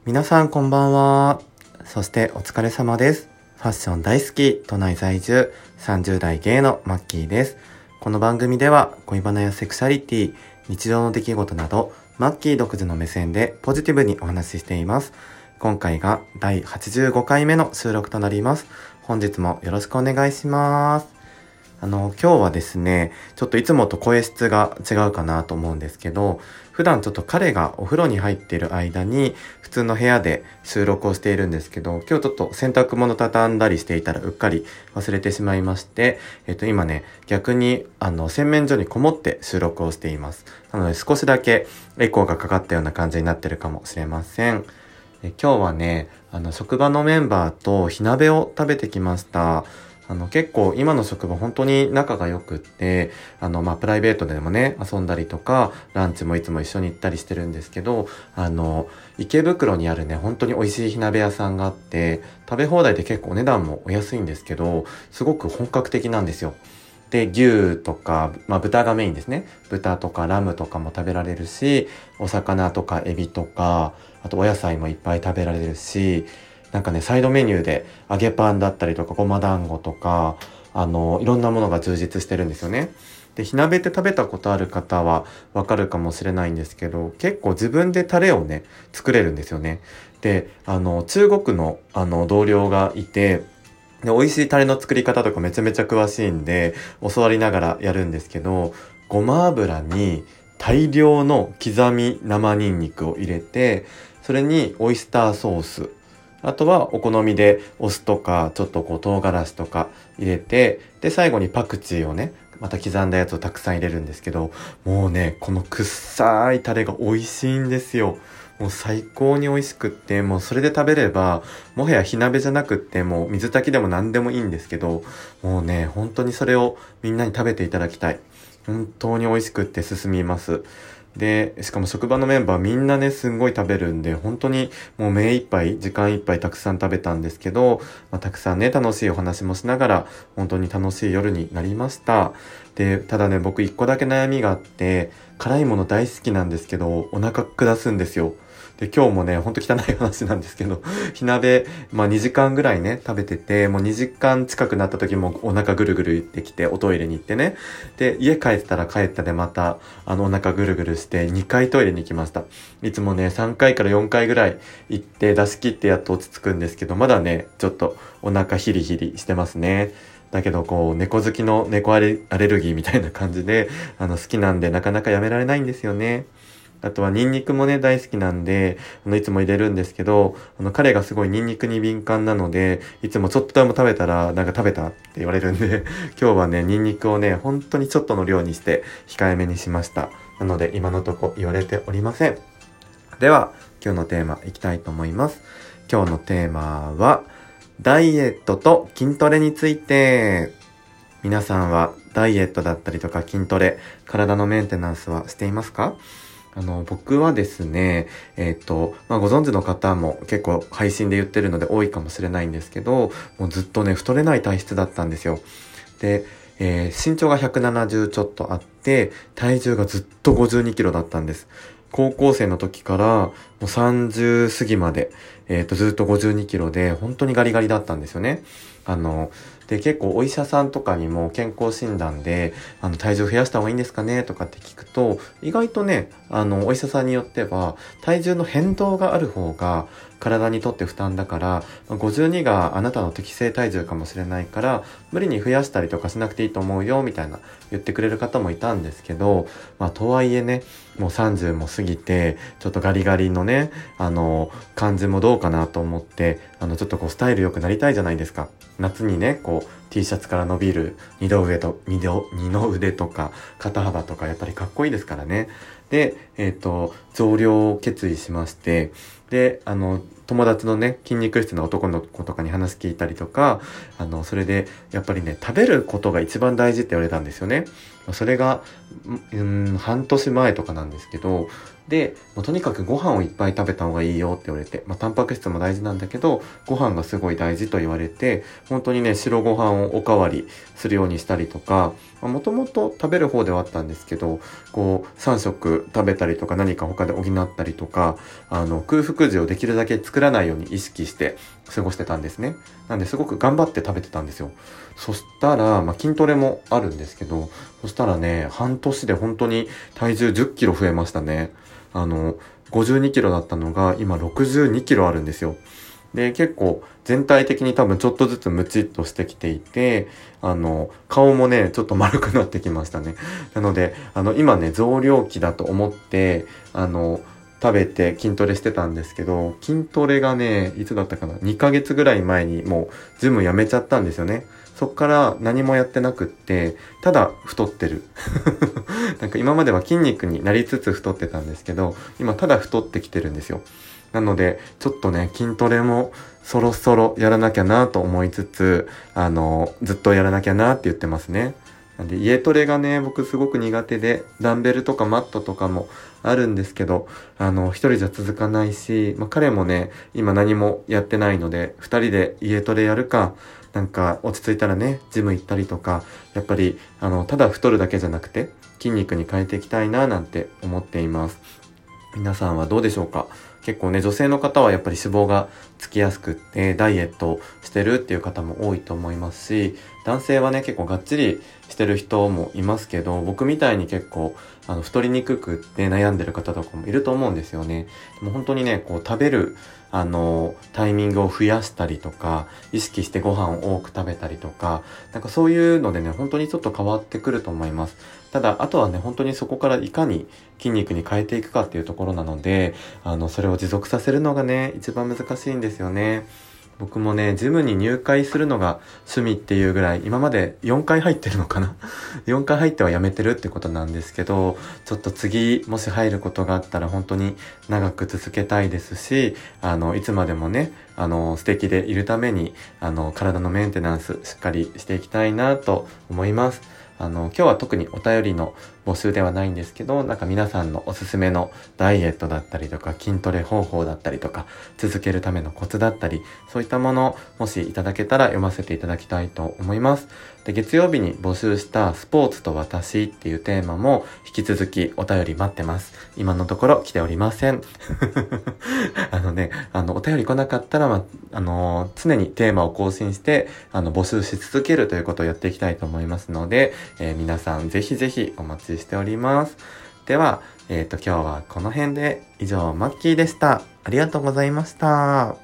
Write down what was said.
皆さんこんばんは。そしてお疲れ様です。ファッション大好き、都内在住、30代ゲイのマッキーです。この番組では恋バナやセクシャリティ、日常の出来事など、マッキー独自の目線でポジティブにお話ししています。今回が第85回目の収録となります。本日もよろしくお願いします。今日はですね、ちょっといつもと声質が違うかなと思うんですけど、普段ちょっと彼がお風呂に入っている間に普通の部屋で収録をしているんですけど、今日ちょっと洗濯物畳んだりしていたらうっかり忘れてしまいまして、今ね、逆に洗面所にこもって収録をしています。なので少しだけエコーがかかったような感じになってるかもしれません。今日はね、職場のメンバーと火鍋を食べてきました。結構今の職場本当に仲が良くって、プライベートでもね、遊んだりとか、ランチもいつも一緒に行ったりしてるんですけど、池袋にあるね、本当に美味しい火鍋屋さんがあって、食べ放題で結構お値段もお安いんですけど、すごく本格的なんですよ。で、牛とか、豚がメインですね。豚とかラムとかも食べられるし、お魚とかエビとか、あとお野菜もいっぱい食べられるし、なんかね、サイドメニューで揚げパンだったりとか、ごま団子とか、いろんなものが充実してるんですよね。で、火鍋って食べたことある方はわかるかもしれないんですけど、結構自分でタレをね、作れるんですよね。で、中国の同僚がいて、で、美味しいタレの作り方とかめちゃめちゃ詳しいんで、教わりながらやるんですけど、ごま油に大量の刻み生ニンニクを入れて、それにオイスターソース、あとはお好みでお酢とかちょっと唐辛子とか入れて、で最後にパクチーをね、また刻んだやつをたくさん入れるんですけど、もうね、この臭いタレが美味しいんですよ。もう最高に美味しくって、もうそれで食べれば、もはや火鍋じゃなくって、もう水炊きでも何でもいいんですけど、もうね、本当にそれをみんなに食べていただきたい。本当に美味しくって進みます。で、しかも職場のメンバーみんなね、すんごい食べるんで、本当にもう目いっぱい、時間いっぱいたくさん食べたんですけど、たくさんね、楽しいお話もしながら、本当に楽しい夜になりました。で、ただね、僕一個だけ悩みがあって、辛いもの大好きなんですけど、お腹下すんですよ。で、今日もね、ほんと汚い話なんですけど、火鍋、2時間ぐらいね、食べてて、もう2時間近くなった時もお腹ぐるぐる言ってきて、おトイレに行ってね。で、家帰ったら帰ったでまた、お腹ぐるぐるして2回トイレに行きました。いつもね、3回から4回ぐらい行って出し切ってやっと落ち着くんですけど、まだね、ちょっとお腹ヒリヒリしてますね。だけどこう、猫好きの猫アレルギーみたいな感じで、好きなんでなかなかやめられないんですよね。あとはニンニクもね、大好きなんで、いつも入れるんですけど、彼がすごいニンニクに敏感なので、いつもちょっとでも食べたら、なんか食べたって言われるんで、今日はね、ニンニクをね、本当にちょっとの量にして控えめにしました。なので、今のとこ言われておりません。では、今日のテーマいきたいと思います。今日のテーマは、ダイエットと筋トレについて。皆さんはダイエットだったりとか筋トレ、体のメンテナンスはしていますか？僕はですね、ご存知の方も結構配信で言ってるので多いかもしれないんですけど、もうずっとね、太れない体質だったんですよ。で、身長が170ちょっとあって、体重がずっと52キロだったんです。高校生の時からもう30過ぎまで、ずっと52キロで本当にガリガリだったんですよね。で、結構お医者さんとかにも健康診断で、体重増やした方がいいんですかねとかって聞くと、意外とね、お医者さんによっては、体重の変動がある方が体にとって負担だから、52があなたの適正体重かもしれないから、無理に増やしたりとかしなくていいと思うよ、みたいな言ってくれる方もいたんですけど、とはいえね、もう30も過ぎて、ちょっとガリガリのね、感じもどうかなと思って、ちょっとこうスタイル良くなりたいじゃないですか。夏にね、こう T シャツから伸びる二の腕とか肩幅とかやっぱりかっこいいですからね。で、増量を決意しまして、で、 友達のね、筋肉質の男の子とかに話聞いたりとか、それで、やっぱりね、食べることが一番大事って言われたんですよね。それが、半年前とかなんですけど、で、とにかくご飯をいっぱい食べた方がいいよって言われて、タンパク質も大事なんだけど、ご飯がすごい大事と言われて、本当にね、白ご飯をおかわりするようにしたりとか、もともと食べる方ではあったんですけど、こう、3食食べたりとか何か他で補ったりとか、空腹時をできるだけ作らないように意識して過ごしてたんですね。なんですごく頑張って食べてたんですよ。そしたら、筋トレもあるんですけど、そしたらね、半年で本当に体重10キロ増えましたね。52キロだったのが今62キロあるんですよ。で、結構全体的に多分ちょっとずつムチっとしてきていて、顔もね、ちょっと丸くなってきましたね。なので、今ね、増量期だと思って、食べて筋トレしてたんですけど、筋トレがね、いつだったかな ?2 ヶ月ぐらい前にもうジムやめちゃったんですよね。そっから何もやってなくって、ただ太ってる。なんか今までは筋肉になりつつ太ってたんですけど、今ただ太ってきてるんですよ。なので、ちょっとね、筋トレもそろそろやらなきゃなと思いつつ、ずっとやらなきゃなって言ってますね。なんで家トレがね、僕すごく苦手で、ダンベルとかマットとかもあるんですけど、一人じゃ続かないし、彼もね、今何もやってないので、二人で家トレやるか、なんか落ち着いたらね、ジム行ったりとか、やっぱり、ただ太るだけじゃなくて、筋肉に変えていきたいななんて思っています。皆さんはどうでしょうか？結構ね、女性の方はやっぱり脂肪がつきやすくって、ダイエットしてるっていう方も多いと思いますし、男性はね、結構がっちりしてる人もいますけど、僕みたいに結構、太りにくくって悩んでる方とかもいると思うんですよね。でも本当にね、こう食べる、タイミングを増やしたりとか、意識してご飯を多く食べたりとか、なんかそういうのでね、本当にちょっと変わってくると思います。ただ、あとはね、本当にそこからいかに筋肉に変えていくかっていうところなので、それを持続させるのがね、一番難しいんですよね。僕もね、ジムに入会するのが趣味っていうぐらい、今まで4回入ってるのかな4回入ってはやめてるってことなんですけど、ちょっと次、もし入ることがあったら本当に長く続けたいですし、いつまでもね、素敵でいるために、体のメンテナンスしっかりしていきたいなと思います。今日は特にお便りの募集ではないんですけど、なんか皆さんのおすすめのダイエットだったりとか筋トレ方法だったりとか続けるためのコツだったり、そういったものもしいただけたら読ませていただきたいと思います。で、月曜日に募集したスポーツと私っていうテーマも引き続きお便り待ってます。今のところ来ておりません。お便り来なかったら、常にテーマを更新して、募集し続けるということをやっていきたいと思いますので、皆さんぜひぜひお待ちしております。では、今日はこの辺で以上、マッキーでした。ありがとうございました。